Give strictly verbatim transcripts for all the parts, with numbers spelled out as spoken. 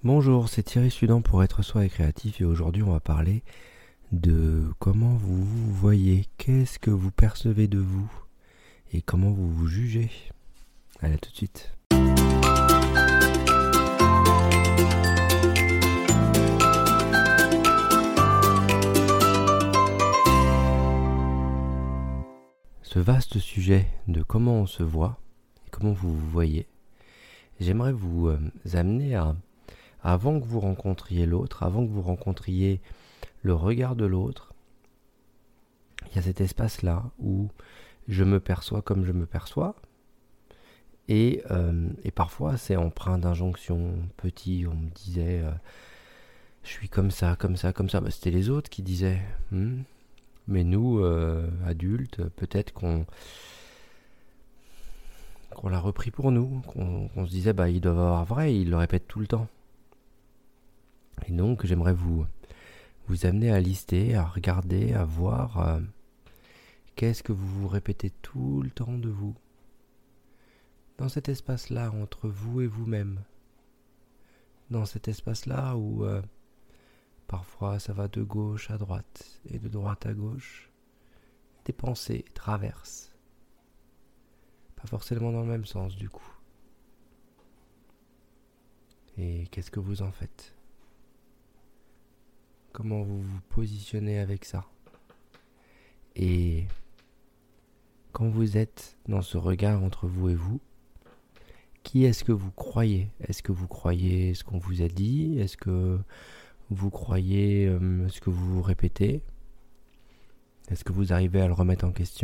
Bonjour, c'est Thierry Sudan pour Être Soi et Créatif et aujourd'hui on va parler de comment vous vous voyez, qu'est-ce que vous percevez de vous et comment vous vous jugez. Allez, à tout de suite. Ce vaste sujet de comment on se voit et comment vous vous voyez, j'aimerais vous euh, amener à, avant que vous rencontriez l'autre, avant que vous rencontriez le regard de l'autre, il y a cet espace-là où je me perçois comme je me perçois et, euh, et parfois c'est empreint d'injonctions. Petit, on me disait euh, je suis comme ça, comme ça, comme ça. Bah, c'était les autres qui disaient hmm. Mais nous, euh, adultes, peut-être qu'on qu'on l'a repris pour nous, qu'on, qu'on se disait bah ils doivent avoir vrai, ils le répètent tout le temps. Et donc j'aimerais vous vous amener à lister, à regarder, à voir euh, qu'est-ce que vous vous répétez tout le temps de vous. Dans cet espace-là, entre vous et vous-même. Dans cet espace-là où euh, parfois ça va de gauche à droite et de droite à gauche. Des pensées traversent. Pas forcément dans le même sens du coup. Et qu'est-ce que vous en faites ? Comment vous vous positionnez avec ça ? Et quand vous êtes dans ce regard entre vous et vous, qui est-ce que vous croyez ? Est-ce que vous croyez ce qu'on vous a dit ? Est-ce que vous croyez euh, ce que vous vous répétez ? Est-ce que vous arrivez à le remettre en question ?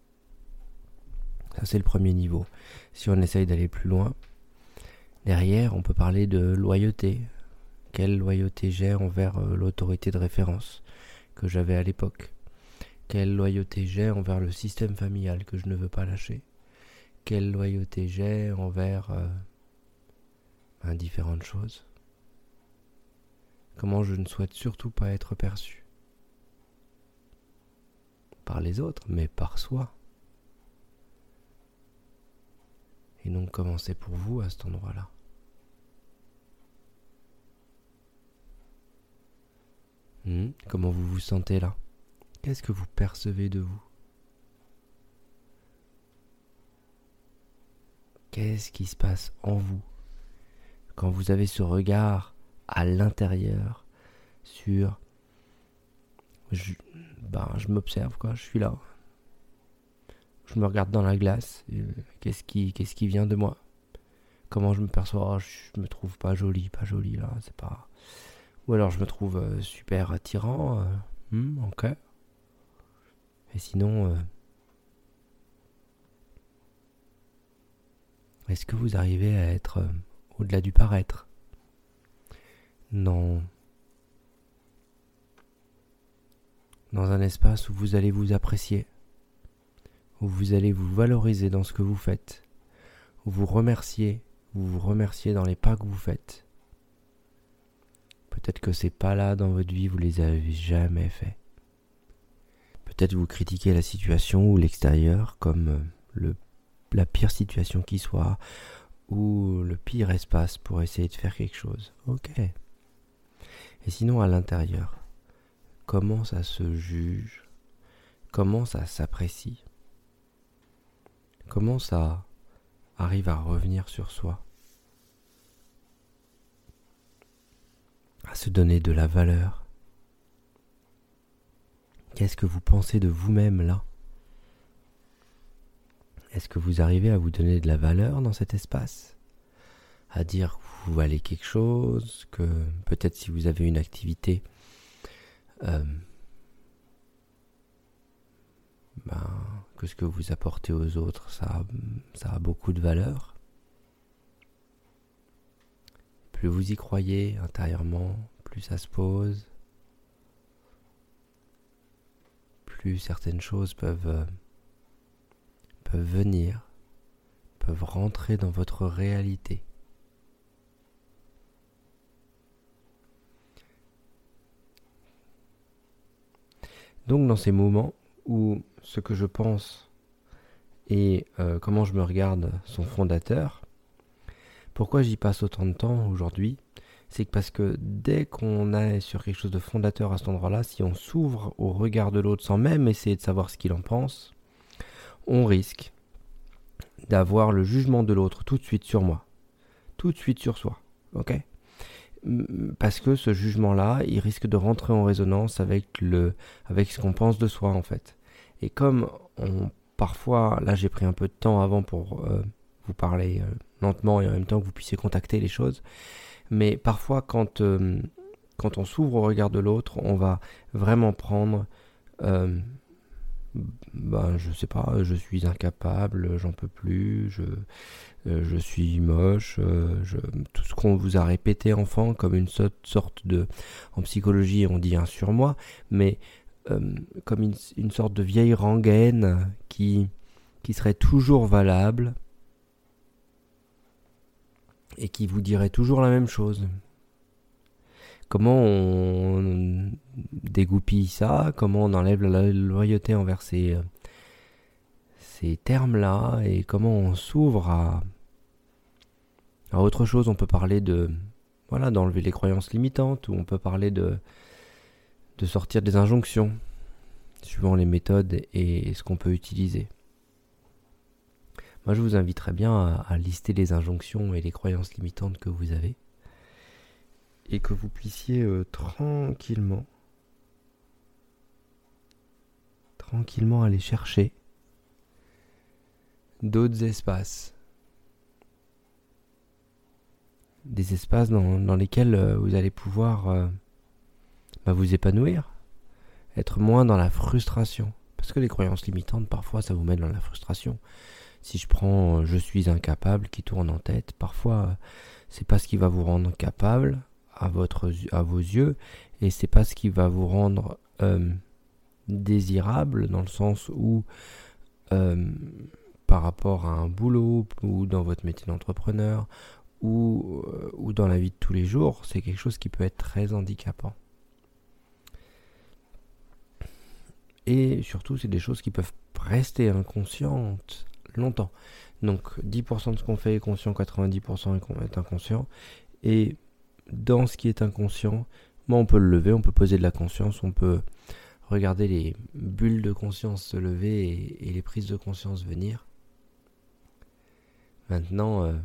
Ça, c'est le premier niveau. Si on essaye d'aller plus loin, derrière, on peut parler de loyauté. Quelle loyauté j'ai envers euh, l'autorité de référence que j'avais à l'époque ? Quelle loyauté j'ai envers le système familial que je ne veux pas lâcher ? Quelle loyauté j'ai envers euh, ben, différentes choses ? Comment je ne souhaite surtout pas être perçu ? Par les autres, mais par soi. Et donc comment c'est pour vous à cet endroit-là ? Hmm, comment vous vous sentez là ? Qu'est-ce que vous percevez de vous ? Qu'est-ce qui se passe en vous quand vous avez ce regard à l'intérieur sur je, ben, je m'observe quoi, je suis là. Je me regarde dans la glace, et, euh, qu'est-ce qui, qu'est-ce qui vient de moi ? Comment je me perçois ? Oh, je me trouve pas jolie, pas jolie là, c'est pas... Ou alors je me trouve euh, super attirant, euh, hmm, ok. Et sinon, euh, est-ce que vous arrivez à être euh, au-delà du paraître ? Dans, dans un espace où vous allez vous apprécier, où vous allez vous valoriser dans ce que vous faites, où vous remerciez, vous vous remerciez dans les pas que vous faites. Peut-être que ces pas-là dans votre vie, vous les avez jamais faits. Peut-être vous critiquez la situation ou l'extérieur comme le, la pire situation qui soit, ou le pire espace pour essayer de faire quelque chose. Ok. Et sinon, à l'intérieur, comment ça se juge ? Comment ça s'apprécie ? Comment ça arrive à revenir sur soi ? À se donner de la valeur ? Qu'est-ce que vous pensez de vous-même là ? Est-ce que vous arrivez à vous donner de la valeur dans cet espace ? À dire que vous valez quelque chose, que peut-être si vous avez une activité, euh, ben, que ce que vous apportez aux autres, ça a, ça a beaucoup de valeur. Plus vous y croyez intérieurement, plus ça se pose, plus certaines choses peuvent, euh, peuvent venir, peuvent rentrer dans votre réalité. Donc dans ces moments où ce que je pense et euh, comment je me regarde sont fondateurs, pourquoi j'y passe autant de temps aujourd'hui ? C'est que parce que dès qu'on est sur quelque chose de fondateur à cet endroit-là, si on s'ouvre au regard de l'autre sans même essayer de savoir ce qu'il en pense, on risque d'avoir le jugement de l'autre tout de suite sur moi, tout de suite sur soi, ok ? Parce que ce jugement-là, il risque de rentrer en résonance avec, le, avec ce qu'on pense de soi, en fait. Et comme on, parfois, là j'ai pris un peu de temps avant pour euh, vous parler euh, lentement et en même temps que vous puissiez contacter les choses, mais parfois quand, euh, quand on s'ouvre au regard de l'autre, on va vraiment prendre, euh, ben je sais pas, je suis incapable, j'en peux plus, je, euh, je suis moche, euh, je, tout ce qu'on vous a répété enfant comme une sorte de, en psychologie on dit un surmoi, mais euh, comme une, une sorte de vieille rengaine qui, qui serait toujours valable, et qui vous dirait toujours la même chose. Comment on dégoupille ça, comment on enlève la loyauté envers ces, ces termes-là, et comment on s'ouvre à, à autre chose. On peut parler de, voilà, d'enlever les croyances limitantes, ou on peut parler de, de sortir des injonctions, suivant les méthodes et ce qu'on peut utiliser. Moi, je vous inviterais bien à, à lister les injonctions et les croyances limitantes que vous avez, et que vous puissiez euh, tranquillement, tranquillement aller chercher d'autres espaces, des espaces dans, dans lesquels euh, vous allez pouvoir euh, bah, vous épanouir, être moins dans la frustration, parce que les croyances limitantes, parfois, ça vous met dans la frustration. Si je prends euh, « je suis incapable » qui tourne en tête, parfois euh, c'est pas ce qui va vous rendre capable à, votre, à vos yeux, et c'est pas ce qui va vous rendre euh, désirable, dans le sens où euh, par rapport à un boulot, ou dans votre métier d'entrepreneur, ou, euh, ou dans la vie de tous les jours, c'est quelque chose qui peut être très handicapant. Et surtout, c'est des choses qui peuvent rester inconscientes longtemps. Donc dix pour cent de ce qu'on fait est conscient, quatre-vingt-dix pour cent est inconscient. Et dans ce qui est inconscient, bon, on peut le lever, on peut poser de la conscience, on peut regarder les bulles de conscience se lever et, et les prises de conscience venir. Maintenant, euh,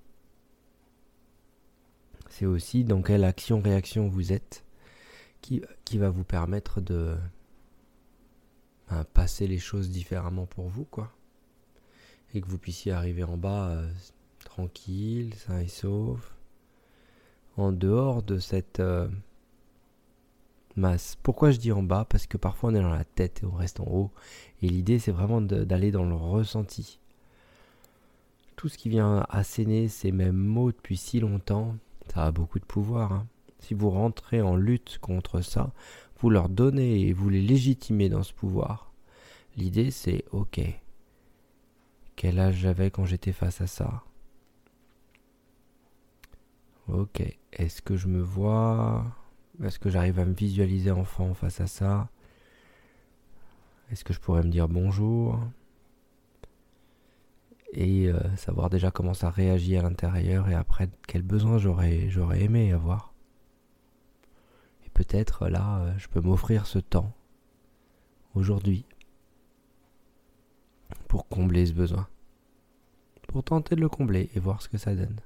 c'est aussi dans quelle action-réaction vous êtes qui, qui va vous permettre de ben, passer les choses différemment pour vous, quoi. Et que vous puissiez arriver en bas euh, tranquille, sain et sauf, en dehors de cette euh, masse. Pourquoi je dis en bas ? Parce que parfois on est dans la tête et on reste en haut. Et l'idée, c'est vraiment de, d'aller dans le ressenti. Tout ce qui vient asséner ces mêmes mots depuis si longtemps, ça a beaucoup de pouvoir. Hein. Si vous rentrez en lutte contre ça, vous leur donnez et vous les légitimez dans ce pouvoir. L'idée, c'est ok. Quel âge j'avais quand j'étais face à ça ? Ok. Est-ce que je me vois ? Est-ce que j'arrive à me visualiser enfant face à ça ? Est-ce que je pourrais me dire bonjour ? Et euh, savoir déjà comment ça réagit à l'intérieur, et après quel besoin j'aurais, j'aurais aimé avoir. Et peut-être là, euh, je peux m'offrir ce temps, aujourd'hui, pour combler ce besoin. Pour tenter de le combler et voir ce que ça donne.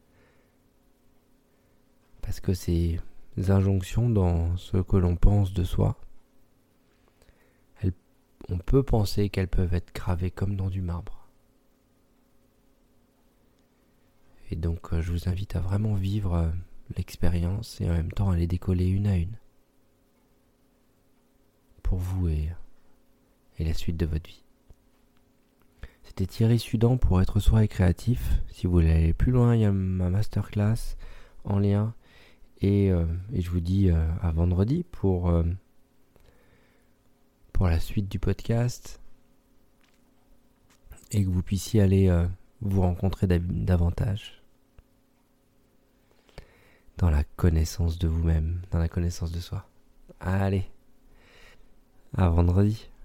Parce que ces injonctions dans ce que l'on pense de soi, elles, on peut penser qu'elles peuvent être gravées comme dans du marbre. Et donc je vous invite à vraiment vivre l'expérience et en même temps à les décoller une à une. Pour vous et, et la suite de votre vie. C'était Thierry Sudan pour Être Soi et Créatif. Si vous voulez aller plus loin, il y a ma masterclass en lien. Et, euh, et je vous dis euh, à vendredi pour, euh, pour la suite du podcast. Et que vous puissiez aller euh, vous rencontrer dav- davantage. Dans la connaissance de vous-même, dans la connaissance de soi. Allez, à vendredi.